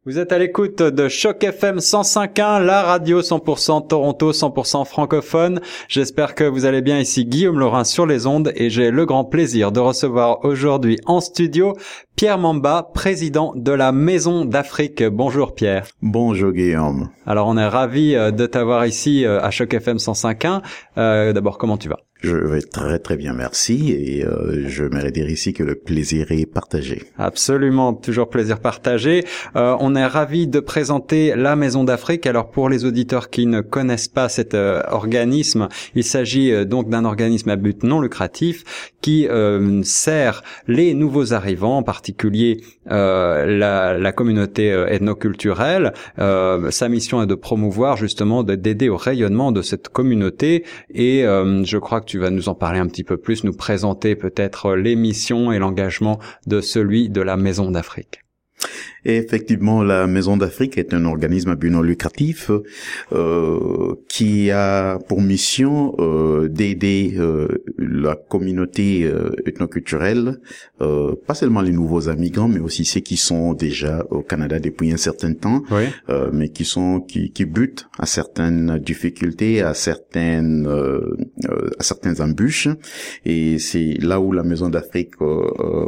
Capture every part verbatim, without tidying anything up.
Vous êtes à l'écoute de Choc F M cent cinq point un, la radio cent pour cent Toronto, cent pour cent francophone. J'espère que vous allez bien. Ici Guillaume Laurin sur les ondes et j'ai le grand plaisir de recevoir aujourd'hui en studio Pierre Mamba, président de la Maison d'Afrique. Bonjour Pierre. Bonjour Guillaume. Alors on est ravis de t'avoir ici à Choc F M cent cinq point un. Euh, d'abord, comment tu vas ? Je vais très très bien, merci, et euh, je m'aimerais dire ici que le plaisir est partagé. Absolument, toujours plaisir partagé. Euh, on est ravis de présenter la Maison d'Afrique. Alors pour les auditeurs qui ne connaissent pas cet euh, organisme, il s'agit euh, donc d'un organisme à but non lucratif qui euh, sert les nouveaux arrivants, en particulier euh, la, la communauté euh, ethnoculturelle. Euh, sa mission est de promouvoir justement, de, d'aider au rayonnement de cette communauté et euh, je crois que tu vas nous en parler un petit peu plus, nous présenter peut-être les missions et l'engagement de celui de la Maison d'Afrique. Et effectivement, la Maison d'Afrique est un organisme à but non lucratif euh, qui a pour mission euh, d'aider euh, la communauté euh, ethnoculturelle, euh, pas seulement les nouveaux immigrants, mais aussi ceux qui sont déjà au Canada depuis un certain temps, oui. euh, mais qui sont qui, qui butent à certaines difficultés, à certaines euh, euh, à certaines embûches. Et c'est là où la Maison d'Afrique euh, euh,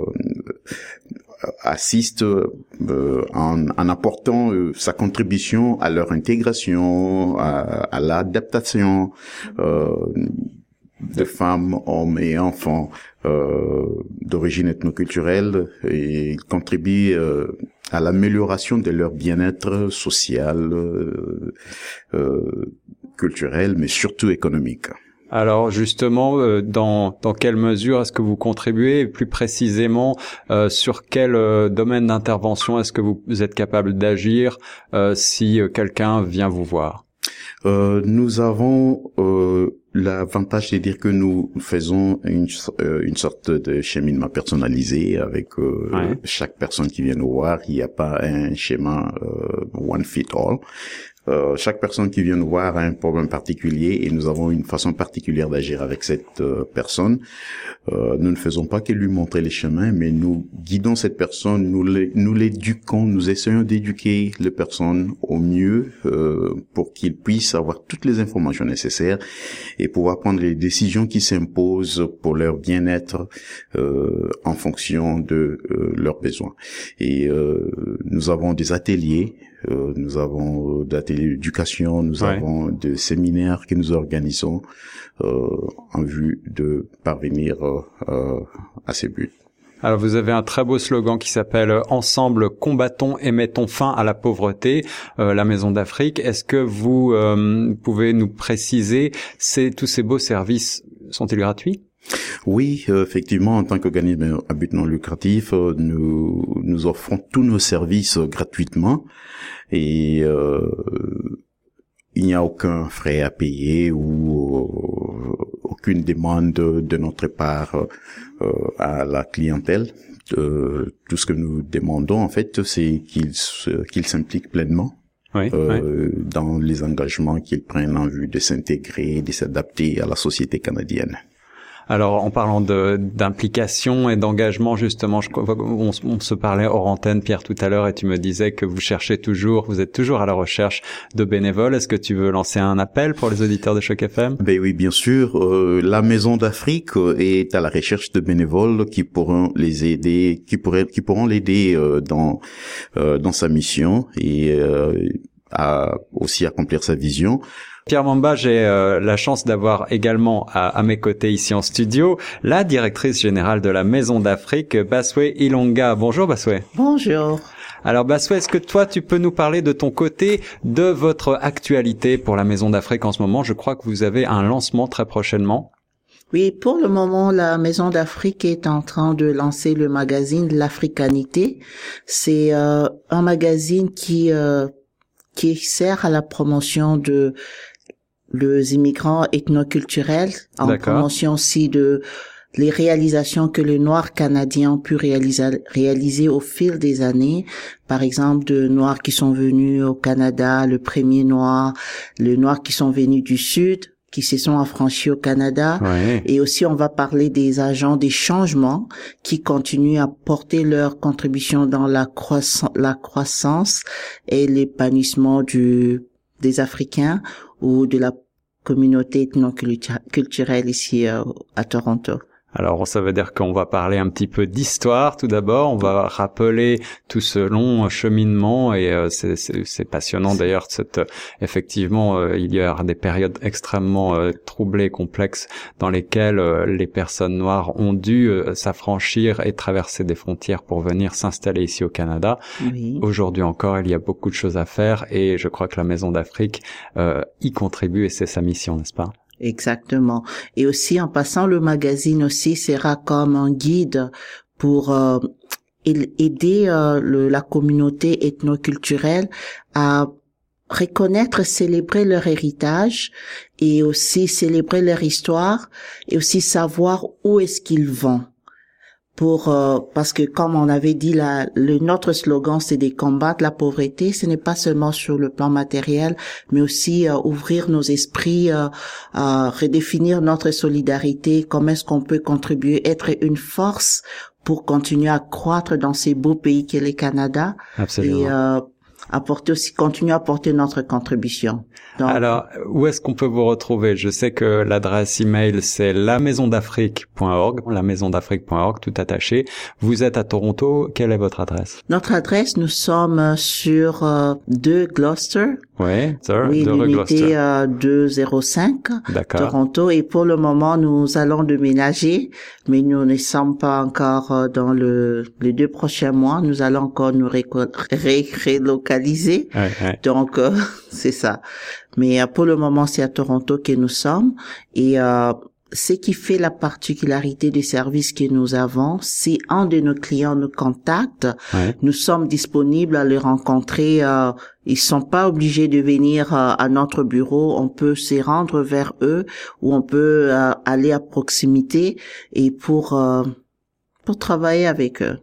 assiste euh, en, en apportant euh, sa contribution à leur intégration, à, à l'adaptation euh, de femmes, hommes et enfants euh, d'origine ethnoculturelle et contribue euh, à l'amélioration de leur bien-être social, euh, euh, culturel, mais surtout économique. Alors justement, euh, dans dans quelle mesure est-ce que vous contribuez et plus précisément euh, sur quel euh, domaine d'intervention est-ce que vous, vous êtes capable d'agir euh, si euh, quelqu'un vient vous voir? Euh, nous avons euh, l'avantage de dire que nous faisons une, euh, une sorte de cheminement personnalisé avec euh, ouais. chaque personne qui vient nous voir. Il n'y a pas un schéma euh, one fit all. Euh, chaque personne qui vient nous voir a un problème particulier et nous avons une façon particulière d'agir avec cette euh, personne. Euh, nous ne faisons pas que lui montrer les chemins, mais nous guidons cette personne, nous, les, nous l'éduquons, nous essayons d'éduquer les personnes au mieux euh, pour qu'ils puissent avoir toutes les informations nécessaires et pouvoir prendre les décisions qui s'imposent pour leur bien-être euh, en fonction de euh, leurs besoins. Et euh, nous avons des ateliers. Euh, nous avons d'ateliers d'éducation, nous ouais. avons des séminaires que nous organisons euh, en vue de parvenir euh, à ces buts. Alors vous avez un très beau slogan qui s'appelle « Ensemble, combattons et mettons fin à la pauvreté euh, », la Maison d'Afrique. Est-ce que vous euh, pouvez nous préciser, ces, tous ces beaux services sont-ils gratuits ? Oui, euh, effectivement, en tant qu'organisme à but non lucratif, euh, nous nous offrons tous nos services euh, gratuitement et euh, il n'y a aucun frais à payer ou euh, aucune demande de, de notre part euh, à la clientèle. Euh, tout ce que nous demandons, en fait, c'est qu'ils qu'ils s'impliquent pleinement. Oui, euh, oui. dans les engagements qu'ils prennent en vue de s'intégrer, de s'adapter à la société canadienne. Alors, en parlant de d'implication et d'engagement, justement, je, on, on se parlait hors antenne, Pierre, tout à l'heure, et tu me disais que vous cherchez toujours, vous êtes toujours à la recherche de bénévoles. Est-ce que tu veux lancer un appel pour les auditeurs de Choc F M? Ben oui, bien sûr. Euh, la Maison d'Afrique est à la recherche de bénévoles qui pourront les aider, qui pourraient, qui pourront l'aider euh, dans euh, dans sa mission et euh, à aussi accomplir sa vision. Pierre Mamba, j'ai euh, la chance d'avoir également à, à mes côtés ici en studio la directrice générale de la Maison d'Afrique, Baswe Ilonga. Bonjour Baswe. Bonjour. Alors Baswe, est-ce que toi tu peux nous parler de ton côté, de votre actualité pour la Maison d'Afrique en ce moment? Je crois que vous avez un lancement très prochainement. Oui, pour le moment, la Maison d'Afrique est en train de lancer le magazine de l'Africanité. C'est euh, un magazine qui euh, qui sert à la promotion de les immigrants ethnoculturels, en D'accord. promotion aussi de les réalisations que les Noirs canadiens ont pu réaliser, réaliser au fil des années. Par exemple, de Noirs qui sont venus au Canada, le premier Noir, les Noirs qui sont venus du Sud, qui se sont affranchis au Canada. Ouais. Et aussi, on va parler des agents des changements qui continuent à porter leur contribution dans la croissance, la croissance et l'épanouissement du, des Africains ou de la communauté ethno-culturelle ici euh, à Toronto. Alors, ça veut dire qu'on va parler un petit peu d'histoire tout d'abord. On va rappeler tout ce long cheminement et euh, c'est, c'est, c'est passionnant d'ailleurs. Cette, euh, effectivement, euh, il y a des périodes extrêmement euh, troublées, complexes, dans lesquelles euh, les personnes noires ont dû euh, s'affranchir et traverser des frontières pour venir s'installer ici au Canada. Oui. Aujourd'hui encore, il y a beaucoup de choses à faire et je crois que la Maison d'Afrique euh, y contribue et c'est sa mission, n'est-ce pas? Exactement. Et aussi, en passant, le magazine aussi sera comme un guide pour euh, aider euh, le, la communauté ethnoculturelle à reconnaître, célébrer leur héritage et aussi célébrer leur histoire et aussi savoir où est-ce qu'ils vont. Pour euh, parce que comme on avait dit, la, le notre slogan c'est de combattre la pauvreté. Ce n'est pas seulement sur le plan matériel, mais aussi euh, ouvrir nos esprits, euh, à redéfinir notre solidarité. Comment est-ce qu'on peut contribuer, être une force pour continuer à croître dans ces beaux pays qu'est le Canada. Absolument. Et euh, apporter aussi, continuer à apporter notre contribution. Donc, alors, où est-ce qu'on peut vous retrouver? Je sais que l'adresse email, c'est la maison d'afrique point org, la maison d'afrique point org, tout attaché. Vous êtes à Toronto. Quelle est votre adresse? Notre adresse, nous sommes sur euh, deux Gloucester. Oui, sir, Oui, de rue Gloucester. l'unité euh, deux zéro cinq, D'accord. Toronto. Et pour le moment, nous allons déménager, mais nous ne sommes pas encore euh, dans le les deux prochains mois. Nous allons encore nous réco- ré- relocaliser. Ouais, ouais. Donc, euh, c'est ça. Mais euh, pour le moment, c'est à Toronto que nous sommes. Et euh, ce qui fait la particularité du service que nous avons, si un de nos clients nous contacte, Ouais. nous sommes disponibles à les rencontrer. Euh, ils sont pas obligés de venir euh, à notre bureau. On peut se rendre vers eux ou on peut euh, aller à proximité et pour euh, pour travailler avec eux.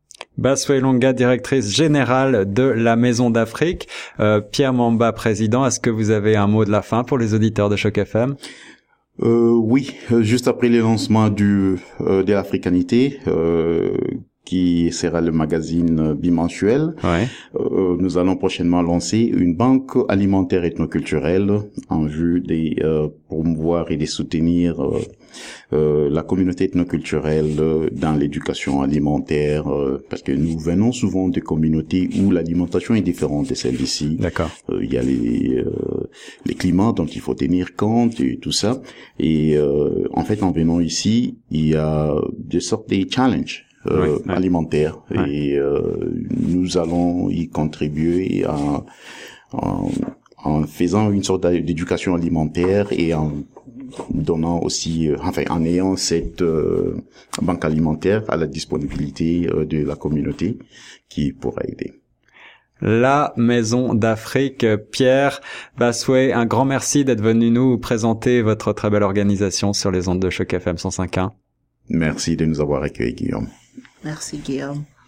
Baswe Longa, directrice générale de la Maison d'Afrique. Euh, Pierre Mamba, président. Est-ce que vous avez un mot de la fin pour les auditeurs de Choc F M? Euh, oui, juste après le lancement du euh, de l'Africanité, euh, qui sera le magazine bimensuel, Ouais. euh, nous allons prochainement lancer une banque alimentaire ethnoculturelle en vue de euh, promouvoir et de soutenir euh, euh, la communauté ethnoculturelle euh, dans l'éducation alimentaire, euh, parce que nous venons souvent de communautés où l'alimentation est différente de celle d'ici. D'accord. Euh, il y a les euh, les climats dont il faut tenir compte et tout ça. Et euh, en fait, en venant ici, il y a des sortes de challenges euh, Ouais, ouais. alimentaires Ouais. et euh, nous allons y contribuer en, en en faisant une sorte d'éducation alimentaire et en donnant aussi, euh, enfin, en ayant cette euh, banque alimentaire à la disponibilité euh, de la communauté qui pourra aider. La Maison d'Afrique. Pierre Baswe, un grand merci d'être venu nous présenter votre très belle organisation sur les ondes de Choc F M cent cinq point un. Merci de nous avoir accueillis, Guillaume. Merci Guillaume.